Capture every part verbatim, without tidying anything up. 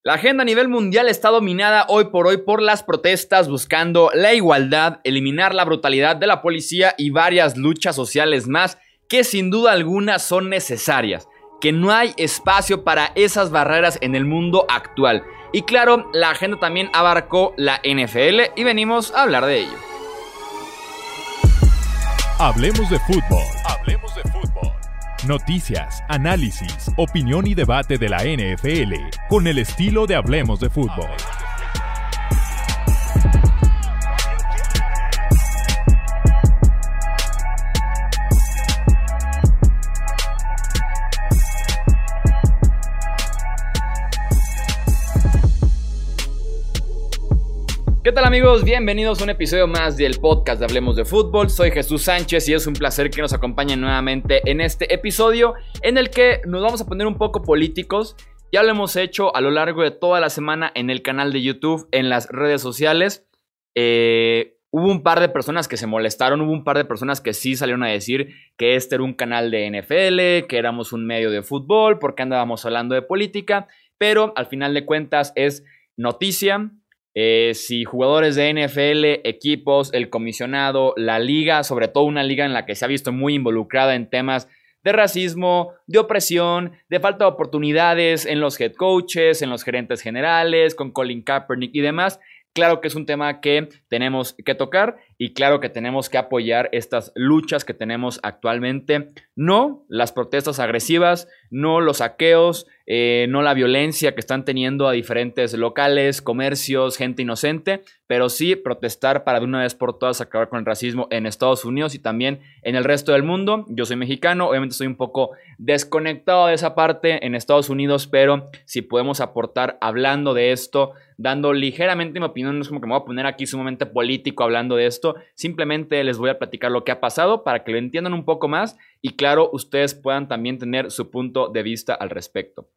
La agenda a nivel mundial está dominada hoy por hoy por las protestas buscando la igualdad, eliminar la brutalidad de la policía y varias luchas sociales más que sin duda alguna son necesarias, que no hay espacio para esas barreras en el mundo actual. Y claro, la agenda también abarcó la N F L y venimos a hablar de ello. Hablemos de fútbol. Hablemos de fútbol. Noticias, análisis, opinión y debate de la N F L con el estilo de Hablemos de Fútbol. ¿Qué tal amigos? Bienvenidos a un episodio más del podcast de Hablemos de Fútbol. Soy Jesús Sánchez y es un placer que nos acompañen nuevamente en este episodio en el que nos vamos a poner un poco políticos. Ya lo hemos hecho a lo largo de toda la semana en el canal de YouTube, en las redes sociales. Eh, hubo un par de personas que se molestaron, hubo un par de personas que sí salieron a decir que este era un canal de N F L, que éramos un medio de fútbol, porque andábamos hablando de política, pero al final de cuentas es noticia. Eh, si jugadores de N F L, equipos, el comisionado, la liga, sobre todo una liga en la que se ha visto muy involucrada en temas de racismo, de opresión, de falta de oportunidades en los head coaches, en los gerentes generales, con Colin Kaepernick y demás, claro que es un tema que tenemos que tocar y claro que tenemos que apoyar estas luchas que tenemos actualmente. No las protestas agresivas, no los saqueos, eh, no la violencia que están teniendo a diferentes locales, comercios, gente inocente, pero sí protestar para de una vez por todas acabar con el racismo en Estados Unidos y también en el resto del mundo. Yo soy mexicano, obviamente estoy un poco desconectado de esa parte en Estados Unidos, pero si podemos aportar hablando de esto, dando ligeramente mi opinión, no es como que me voy a poner aquí sumamente político hablando de esto, simplemente les voy a platicar lo que ha pasado para que lo entiendan un poco más y claro, ustedes puedan también tener su punto de vista al respecto.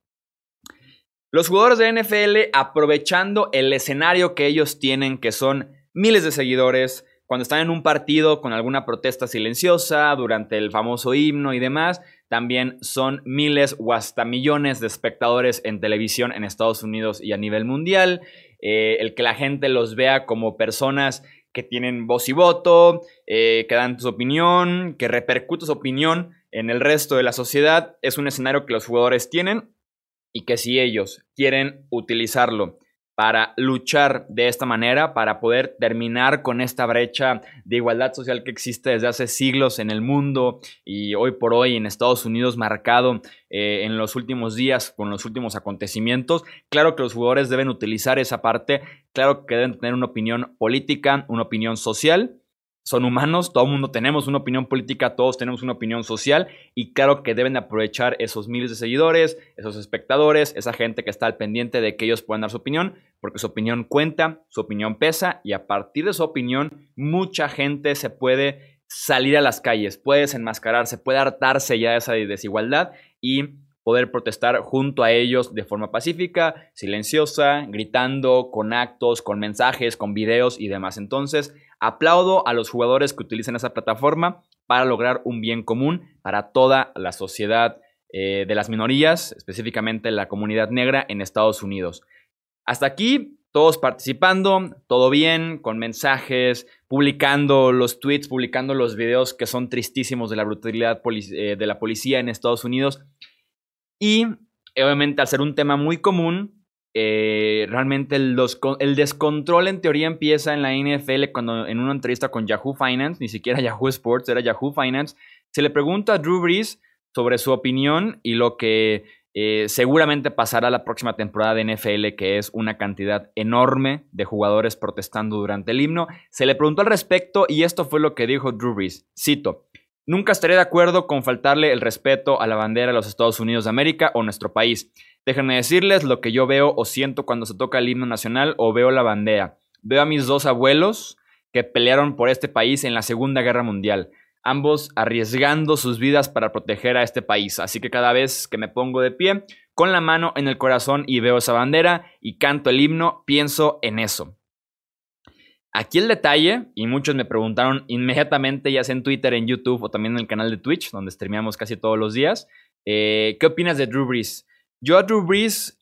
Los jugadores de N F L aprovechando el escenario que ellos tienen, que son miles de seguidores, cuando están en un partido con alguna protesta silenciosa, durante el famoso himno y demás, también son miles o hasta millones de espectadores en televisión en Estados Unidos y a nivel mundial. Eh, el que la gente los vea como personas que tienen voz y voto, eh, que dan su opinión, que repercute su opinión en el resto de la sociedad, es un escenario que los jugadores tienen y que si ellos quieren utilizarlo para luchar de esta manera, para poder terminar con esta brecha de igualdad social que existe desde hace siglos en el mundo y hoy por hoy en Estados Unidos marcado eh, en los últimos días con los últimos acontecimientos, claro que los jugadores deben utilizar esa parte, claro que deben tener una opinión política, una opinión social. Son humanos, todo el mundo tenemos una opinión política, todos tenemos una opinión social y claro que deben aprovechar esos miles de seguidores, esos espectadores, esa gente que está al pendiente de que ellos puedan dar su opinión, porque su opinión cuenta, su opinión pesa y a partir de su opinión mucha gente se puede salir a las calles, puede desenmascararse, puede hartarse ya de esa desigualdad y poder protestar junto a ellos de forma pacífica, silenciosa, gritando, con actos, con mensajes, con videos y demás. Entonces, aplaudo a los jugadores que utilizan esa plataforma para lograr un bien común para toda la sociedad eh, de las minorías, específicamente la comunidad negra en Estados Unidos. Hasta aquí, todos participando, todo bien, con mensajes, publicando los tweets, publicando los videos que son tristísimos de la brutalidad polic- eh, de la policía en Estados Unidos. Y obviamente al ser un tema muy común, eh, realmente el, los, el descontrol en teoría empieza en la N F L cuando en una entrevista con Yahoo Finance, ni siquiera Yahoo Sports, era Yahoo Finance, se le pregunta a Drew Brees sobre su opinión y lo que eh, seguramente pasará la próxima temporada de N F L, que es una cantidad enorme de jugadores protestando durante el himno. Se le preguntó al respecto y esto fue lo que dijo Drew Brees, cito: nunca estaré de acuerdo con faltarle el respeto a la bandera de los Estados Unidos de América o nuestro país. Déjenme decirles lo que yo veo o siento cuando se toca el himno nacional o veo la bandera. Veo a mis dos abuelos que pelearon por este país en la Segunda Guerra Mundial, ambos arriesgando sus vidas para proteger a este país. Así que cada vez que me pongo de pie, con la mano en el corazón y veo esa bandera y canto el himno, pienso en eso. Aquí el detalle, y muchos me preguntaron inmediatamente, ya sea en Twitter, en YouTube o también en el canal de Twitch, donde streameamos casi todos los días, eh, ¿qué opinas de Drew Brees? Yo a Drew Brees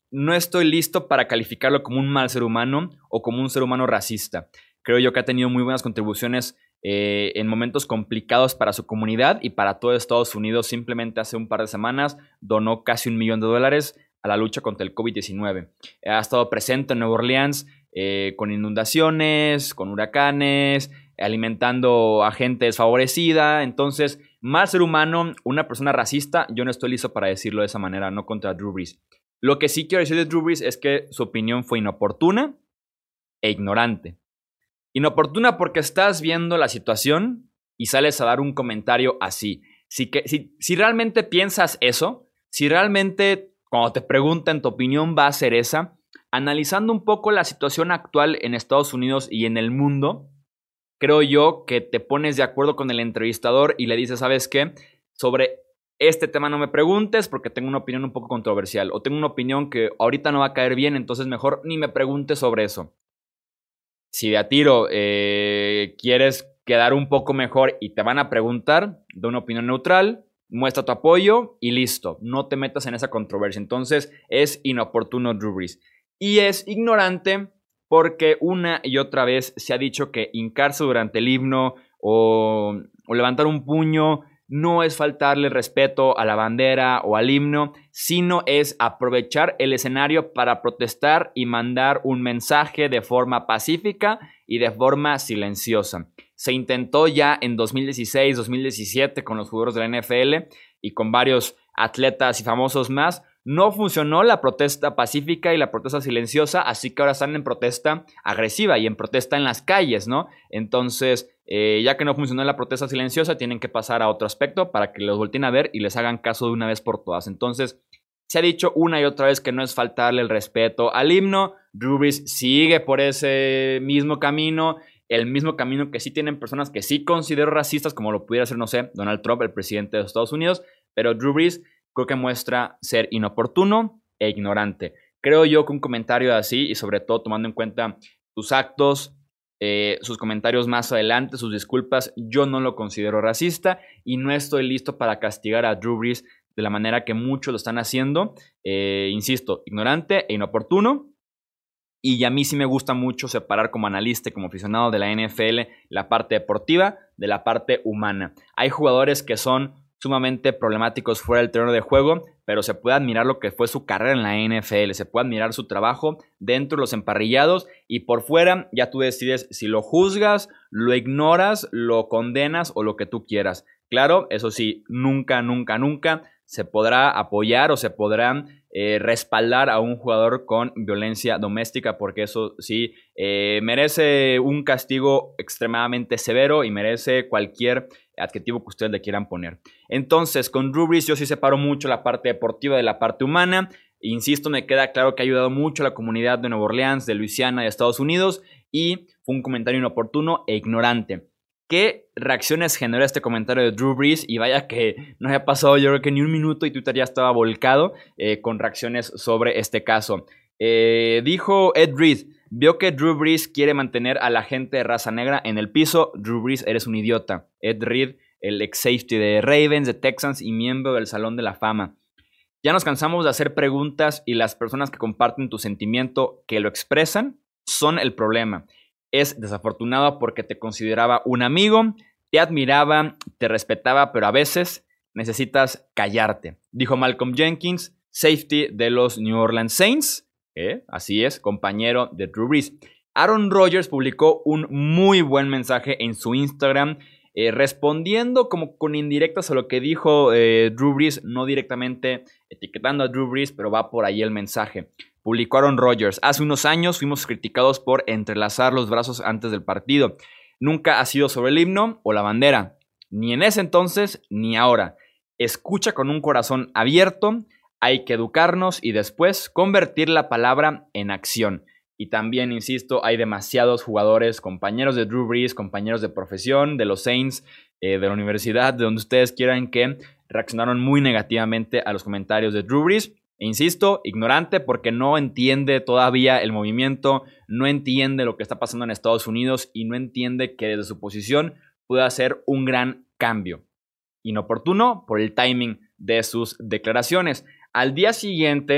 no estoy listo para calificarlo como un mal ser humano o como un ser humano racista. Creo yo que ha tenido muy buenas contribuciones eh, en momentos complicados para su comunidad y para todo Estados Unidos. Simplemente hace un par de semanas donó casi un millón de dólares a la lucha contra el COVID diecinueve. Ha estado presente en Nueva Orleans eh, con inundaciones, con huracanes, alimentando a gente desfavorecida. Entonces, mal ser humano, una persona racista, yo no estoy listo para decirlo de esa manera, no contra Drew Brees. Lo que sí quiero decir de Drew Brees es que su opinión fue inoportuna e ignorante. Inoportuna porque estás viendo la situación y sales a dar un comentario así. Si, que, si, si realmente piensas eso, si realmente cuando te preguntan tu opinión va a ser esa, analizando un poco la situación actual en Estados Unidos y en el mundo, creo yo que te pones de acuerdo con el entrevistador y le dices, ¿sabes qué? Sobre este tema no me preguntes porque tengo una opinión un poco controversial o tengo una opinión que ahorita no va a caer bien, entonces mejor ni me preguntes sobre eso. Si de a tiro eh, quieres quedar un poco mejor y te van a preguntar, da una opinión neutral, muestra tu apoyo y listo. No te metas en esa controversia. Entonces es inoportuno Drew Brees. Y es ignorante porque una y otra vez se ha dicho que hincarse durante el himno o, o levantar un puño no es faltarle respeto a la bandera o al himno, sino es aprovechar el escenario para protestar y mandar un mensaje de forma pacífica y de forma silenciosa. Se intentó ya en dos mil dieciséis, dos mil diecisiete con los jugadores de la N F L y con varios atletas y famosos más. No funcionó la protesta pacífica y la protesta silenciosa, así que ahora están en protesta agresiva y en protesta en las calles, ¿no? Entonces, eh, ya que no funcionó la protesta silenciosa, tienen que pasar a otro aspecto para que los volteen a ver y les hagan caso de una vez por todas. Entonces, se ha dicho una y otra vez que no es faltarle el respeto al himno. Drew Brees sigue por ese mismo camino, el mismo camino que sí tienen personas que sí considero racistas, como lo pudiera hacer, no sé, Donald Trump, el presidente de los Estados Unidos, pero Drew Brees creo que muestra ser inoportuno e ignorante. Creo yo que un comentario así, y sobre todo tomando en cuenta sus actos, eh, sus comentarios más adelante, sus disculpas, yo no lo considero racista y no estoy listo para castigar a Drew Brees de la manera que muchos lo están haciendo. Eh, insisto, ignorante e inoportuno. Y a mí sí me gusta mucho separar como analista y como aficionado de la N F L la parte deportiva de la parte humana. Hay jugadores que son sumamente problemáticos fuera del terreno de juego, pero se puede admirar lo que fue su carrera en la N F L, se puede admirar su trabajo dentro de los emparrillados y por fuera ya tú decides si lo juzgas, lo ignoras, lo condenas o lo que tú quieras. Claro, eso sí, nunca, nunca, nunca se podrá apoyar o se podrá eh, respaldar a un jugador con violencia doméstica porque eso sí eh, merece un castigo extremadamente severo y merece cualquier adjetivo que ustedes le quieran poner. Entonces, con Drew Brees yo sí separo mucho la parte deportiva de la parte humana. Insisto, me queda claro que ha ayudado mucho a la comunidad de Nueva Orleans, de Luisiana, de Estados Unidos y fue un comentario inoportuno e ignorante. ¿Qué reacciones generó este comentario de Drew Brees? Y vaya que no había pasado yo creo que ni un minuto y Twitter ya estaba volcado eh, con reacciones sobre este caso. Eh, dijo Ed Reed, vio que Drew Brees quiere mantener a la gente de raza negra en el piso. Drew Brees, eres un idiota. Ed Reed, el ex safety de Ravens, de Texans y miembro del Salón de la Fama. Ya nos cansamos de hacer preguntas y las personas que comparten tu sentimiento, que lo expresan, son el problema. Es desafortunado porque te consideraba un amigo, te admiraba, te respetaba, pero a veces necesitas callarte. Dijo Malcolm Jenkins, safety de los New Orleans Saints. ¿Eh? Así es, compañero de Drew Brees. Aaron Rodgers publicó un muy buen mensaje en su Instagram, eh, respondiendo como con indirectas a lo que dijo eh, Drew Brees, no directamente etiquetando a Drew Brees, pero va por ahí el mensaje. Publicó Aaron Rodgers. Hace unos años fuimos criticados por entrelazar los brazos antes del partido. Nunca ha sido sobre el himno o la bandera. Ni en ese entonces, ni ahora. Escucha con un corazón abierto. Hay que educarnos y después convertir la palabra en acción. Y también, insisto, hay demasiados jugadores, compañeros de Drew Brees, compañeros de profesión, de los Saints, eh, de la universidad, de donde ustedes quieran, que reaccionaron muy negativamente a los comentarios de Drew Brees. E insisto, ignorante porque no entiende todavía el movimiento, no entiende lo que está pasando en Estados Unidos y no entiende que desde su posición puede hacer un gran cambio. Inoportuno por el timing de sus declaraciones. Al día siguiente,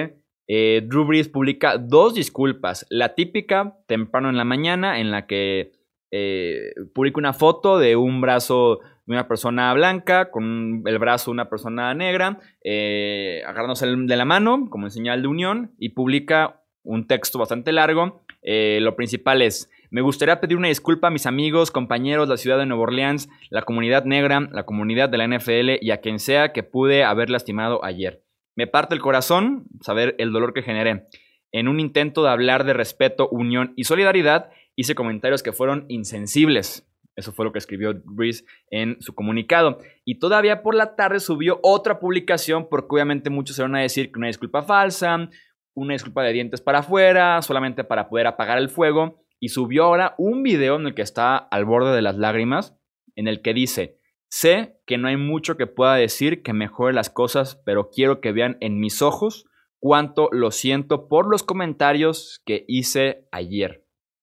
eh, Drew Brees publica dos disculpas. La típica, temprano en la mañana, en la que eh, publica una foto de un brazo de una persona blanca con el brazo de una persona negra, eh, agarrándose de la mano como en señal de unión, y publica un texto bastante largo. Eh, lo principal es: me gustaría pedir una disculpa a mis amigos, compañeros, la ciudad de Nueva Orleans, la comunidad negra, la comunidad de la N F L y a quien sea que pude haber lastimado ayer. Me parte el corazón saber el dolor que generé. En un intento de hablar de respeto, unión y solidaridad, hice comentarios que fueron insensibles. Eso fue lo que escribió Brees en su comunicado. Y todavía por la tarde subió otra publicación, porque obviamente muchos se van a decir que una disculpa falsa, una disculpa de dientes para afuera, solamente para poder apagar el fuego. Y subió ahora un video en el que está al borde de las lágrimas, en el que dice: sé que no hay mucho que pueda decir que mejore las cosas, pero quiero que vean en mis ojos cuánto lo siento por los comentarios que hice ayer.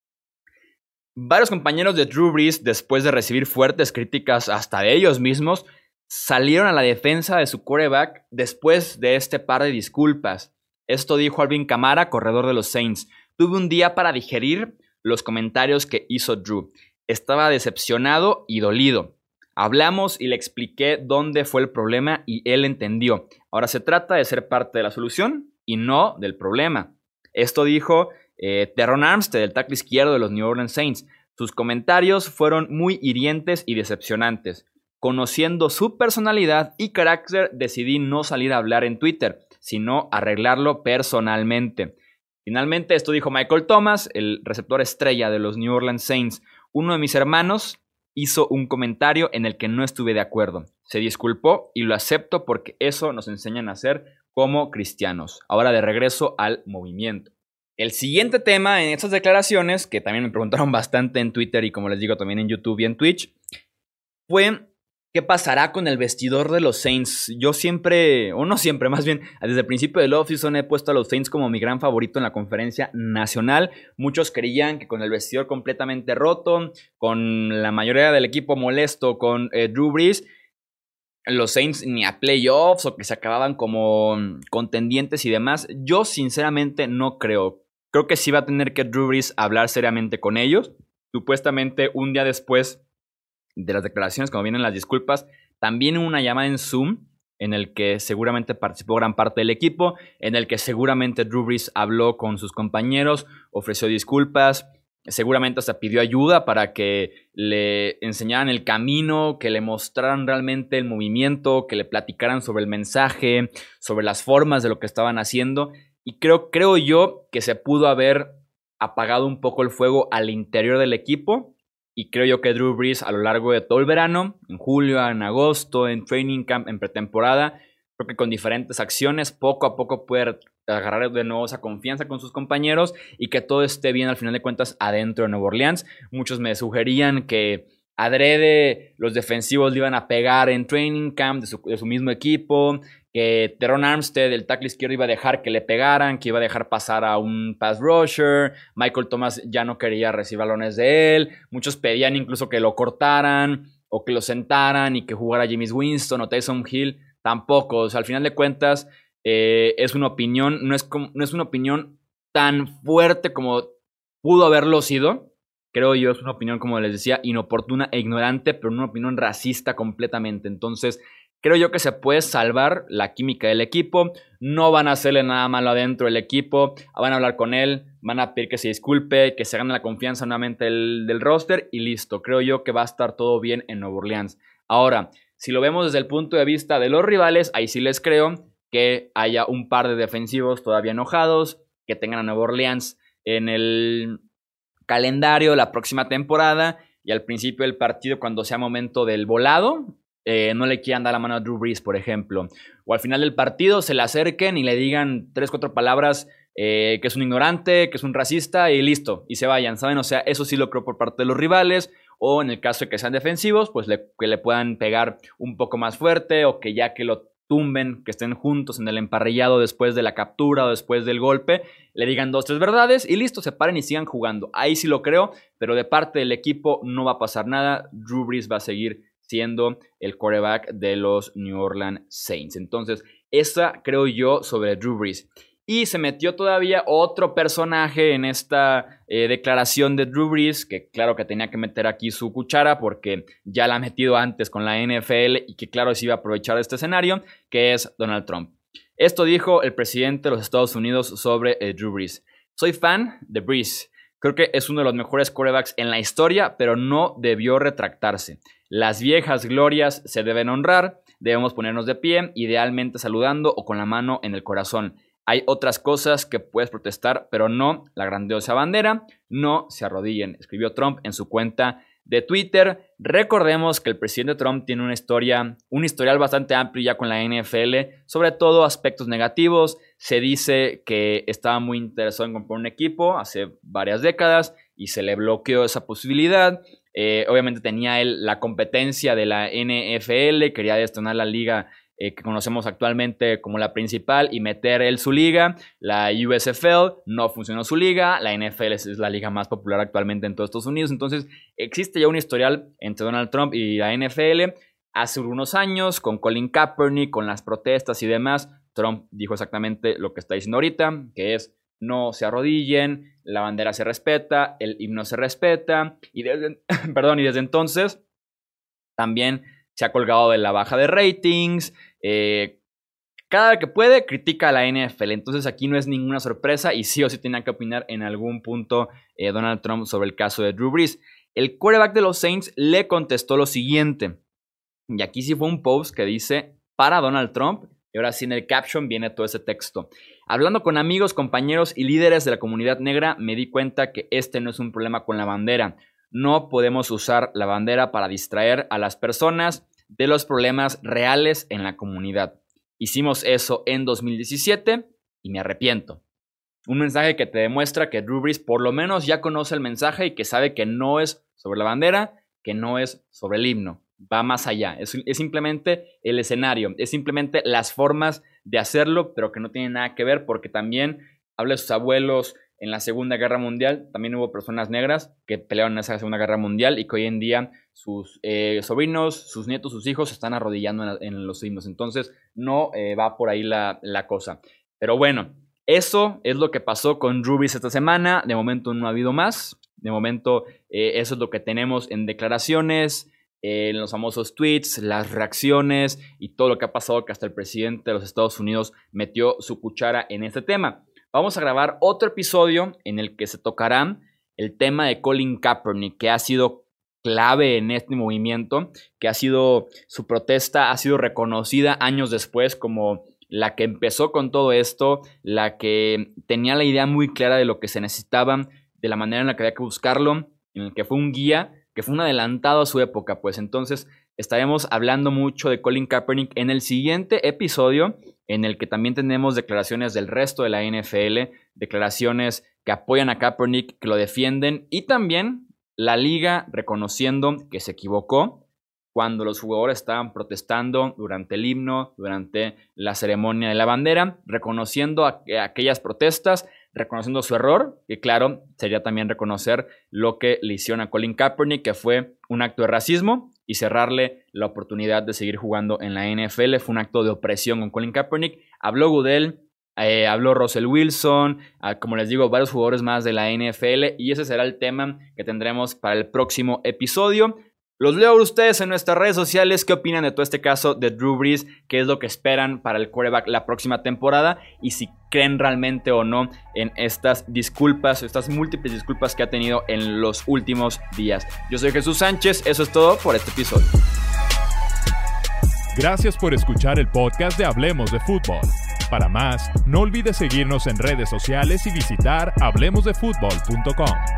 Varios compañeros de Drew Brees, después de recibir fuertes críticas hasta de ellos mismos, salieron a la defensa de su quarterback después de este par de disculpas. Esto dijo Alvin Kamara, corredor de los Saints: tuve un día para digerir los comentarios que hizo Drew. Estaba decepcionado y dolido. Hablamos y le expliqué dónde fue el problema y él entendió. Ahora se trata de ser parte de la solución y no del problema. Esto dijo eh, Terron Armstead, el tackle izquierdo de los New Orleans Saints. Sus comentarios fueron muy hirientes y decepcionantes. Conociendo su personalidad y carácter, decidí no salir a hablar en Twitter, sino arreglarlo personalmente. Finalmente, esto dijo Michael Thomas, el receptor estrella de los New Orleans Saints. Uno de mis hermanos hizo un comentario en el que no estuve de acuerdo. Se disculpó y lo acepto porque eso nos enseñan a hacer como cristianos. Ahora de regreso al movimiento. El siguiente tema en estas declaraciones, que también me preguntaron bastante en Twitter y como les digo también en YouTube y en Twitch, fue: ¿qué pasará con el vestidor de los Saints? Yo siempre, o no siempre, más bien, desde el principio del offseason he puesto a los Saints como mi gran favorito en la conferencia nacional. Muchos creían que con el vestidor completamente roto, con la mayoría del equipo molesto con eh, Drew Brees, los Saints ni a playoffs o que se acababan como contendientes y demás. Yo sinceramente no creo. Creo que sí va a tener que Drew Brees hablar seriamente con ellos. Supuestamente un día después de las declaraciones, como vienen las disculpas, también hubo una llamada en Zoom en el que seguramente participó gran parte del equipo, en el que seguramente Drew Brees habló con sus compañeros, ofreció disculpas, seguramente hasta pidió ayuda para que le enseñaran el camino, que le mostraran realmente el movimiento, que le platicaran sobre el mensaje, sobre las formas de lo que estaban haciendo. Y creo, creo yo que se pudo haber apagado un poco el fuego al interior del equipo. Y creo yo que Drew Brees a lo largo de todo el verano, en julio, en agosto, en training camp, en pretemporada, creo que con diferentes acciones poco a poco puede agarrar de nuevo esa confianza con sus compañeros y que todo esté bien al final de cuentas adentro de Nueva Orleans. Muchos me sugerían que adrede los defensivos le iban a pegar en training camp de su, de su mismo equipo, que Terron Armstead, el tackle izquierdo, iba a dejar que le pegaran, que iba a dejar pasar a un pass rusher. Michael Thomas ya no quería recibir balones de él. Muchos pedían incluso que lo cortaran o que lo sentaran y que jugara Jameis Winston o Taysom Hill. Tampoco. O sea, al final de cuentas eh, es una opinión, no es, como, no es una opinión tan fuerte como pudo haberlo sido. Creo yo es una opinión, como les decía, inoportuna e ignorante, pero una opinión racista completamente. Entonces, creo yo que se puede salvar la química del equipo. No van a hacerle nada malo adentro del equipo. Van a hablar con él. Van a pedir que se disculpe, que se gane la confianza nuevamente del, del roster. Y listo. Creo yo que va a estar todo bien en Nueva Orleans. Ahora, si lo vemos desde el punto de vista de los rivales, ahí sí les creo que haya un par de defensivos todavía enojados, que tengan a Nueva Orleans en el calendario la próxima temporada. Y al principio del partido, cuando sea momento del volado, Eh, no le quieran dar la mano a Drew Brees, por ejemplo. O al final del partido se le acerquen y le digan tres, cuatro palabras eh, que es un ignorante, que es un racista y listo. Y se vayan, ¿saben? O sea, eso sí lo creo por parte de los rivales. O en el caso de que sean defensivos, pues le, que le puedan pegar un poco más fuerte o que ya que lo tumben, que estén juntos en el emparrillado después de la captura o después del golpe, le digan dos, tres verdades y listo, se paren y sigan jugando. Ahí sí lo creo, pero de parte del equipo no va a pasar nada. Drew Brees va a seguir siendo el quarterback de los New Orleans Saints. Entonces, esa creo yo sobre Drew Brees. Y se metió todavía otro personaje en esta eh, declaración de Drew Brees, que claro que tenía que meter aquí su cuchara porque ya la ha metido antes con la N F L y que claro se iba a aprovechar de este escenario, que es Donald Trump. Esto dijo el presidente de los Estados Unidos sobre eh, Drew Brees. Soy fan de Brees. Creo que es uno de los mejores quarterbacks en la historia, pero no debió retractarse. Las viejas glorias se deben honrar, debemos ponernos de pie, idealmente saludando o con la mano en el corazón. Hay otras cosas que puedes protestar, pero no la grandiosa bandera. No se arrodillen, escribió Trump en su cuenta de Twitter. Recordemos que el presidente Trump tiene una historia, un historial bastante amplio ya con la N F L, sobre todo aspectos negativos. Se dice que estaba muy interesado en comprar un equipo hace varias décadas y se le bloqueó esa posibilidad. Eh, obviamente tenía él la competencia de la N F L, quería detonar la liga Eh, que conocemos actualmente como la principal y meter él su liga. La U S F L no funcionó su liga, la N F L es, es la liga más popular actualmente en todos Estados Unidos, entonces existe ya un historial entre Donald Trump y la N F L. Hace unos años con Colin Kaepernick, con las protestas y demás, Trump dijo exactamente lo que está diciendo ahorita, que es no se arrodillen, la bandera se respeta, el himno se respeta y desde, perdón, y desde entonces también se ha colgado de la baja de ratings. Eh, cada vez que puede critica a la N F L. Entonces aquí no es ninguna sorpresa y sí o sí tenía que opinar en algún punto eh, Donald Trump sobre el caso de Drew Brees. El quarterback de los Saints le contestó lo siguiente. Y aquí sí fue un post que dice para Donald Trump. Y ahora sí en el caption viene todo ese texto. Hablando con amigos, compañeros y líderes de la comunidad negra, me di cuenta que este no es un problema con la bandera. No podemos usar la bandera para distraer a las personas de los problemas reales en la comunidad. Hicimos eso en dos mil diecisiete y me arrepiento. Un mensaje que te demuestra que Drew Brees por lo menos ya conoce el mensaje y que sabe que no es sobre la bandera, que no es sobre el himno. Va más allá. Es, es simplemente el escenario, es simplemente las formas de hacerlo, pero que no tienen nada que ver porque también habla de sus abuelos. En la Segunda Guerra Mundial también hubo personas negras que pelearon en esa Segunda Guerra Mundial y que hoy en día sus eh, sobrinos, sus nietos, sus hijos se están arrodillando en, la, en los himnos. Entonces no eh, va por ahí la, la cosa. Pero bueno, eso es lo que pasó con Drew Brees esta semana. De momento no ha habido más. De momento eh, eso es lo que tenemos en declaraciones, eh, en los famosos tweets, las reacciones y todo lo que ha pasado, que hasta el presidente de los Estados Unidos metió su cuchara en este tema. Vamos a grabar otro episodio en el que se tocará el tema de Colin Kaepernick, que ha sido clave en este movimiento, que ha sido, su protesta ha sido reconocida años después como la que empezó con todo esto, la que tenía la idea muy clara de lo que se necesitaba, de la manera en la que había que buscarlo, en el que fue un guía, que fue un adelantado a su época. Pues entonces estaremos hablando mucho de Colin Kaepernick en el siguiente episodio, en el que también tenemos declaraciones del resto de la N F L, declaraciones que apoyan a Kaepernick, que lo defienden, y también la liga reconociendo que se equivocó cuando los jugadores estaban protestando durante el himno, durante la ceremonia de la bandera, reconociendo a, a aquellas protestas, reconociendo su error, y claro, sería también reconocer lo que le hicieron a Colin Kaepernick, que fue un acto de racismo, y cerrarle la oportunidad de seguir jugando en la N F L. Fue un acto de opresión con Colin Kaepernick. Habló Goodell, eh, habló Russell Wilson, eh, como les digo, varios jugadores más de la N F L, y ese será el tema que tendremos para el próximo episodio. Los leo a ustedes en nuestras redes sociales. ¿Qué opinan de todo este caso de Drew Brees? ¿Qué es lo que esperan para el quarterback la próxima temporada? Y si creen realmente o no en estas disculpas, estas múltiples disculpas que ha tenido en los últimos días. Yo soy Jesús Sánchez. Eso es todo por este episodio. Gracias por escuchar el podcast de Hablemos de Fútbol. Para más, no olvides seguirnos en redes sociales y visitar hablemos de fútbol punto com.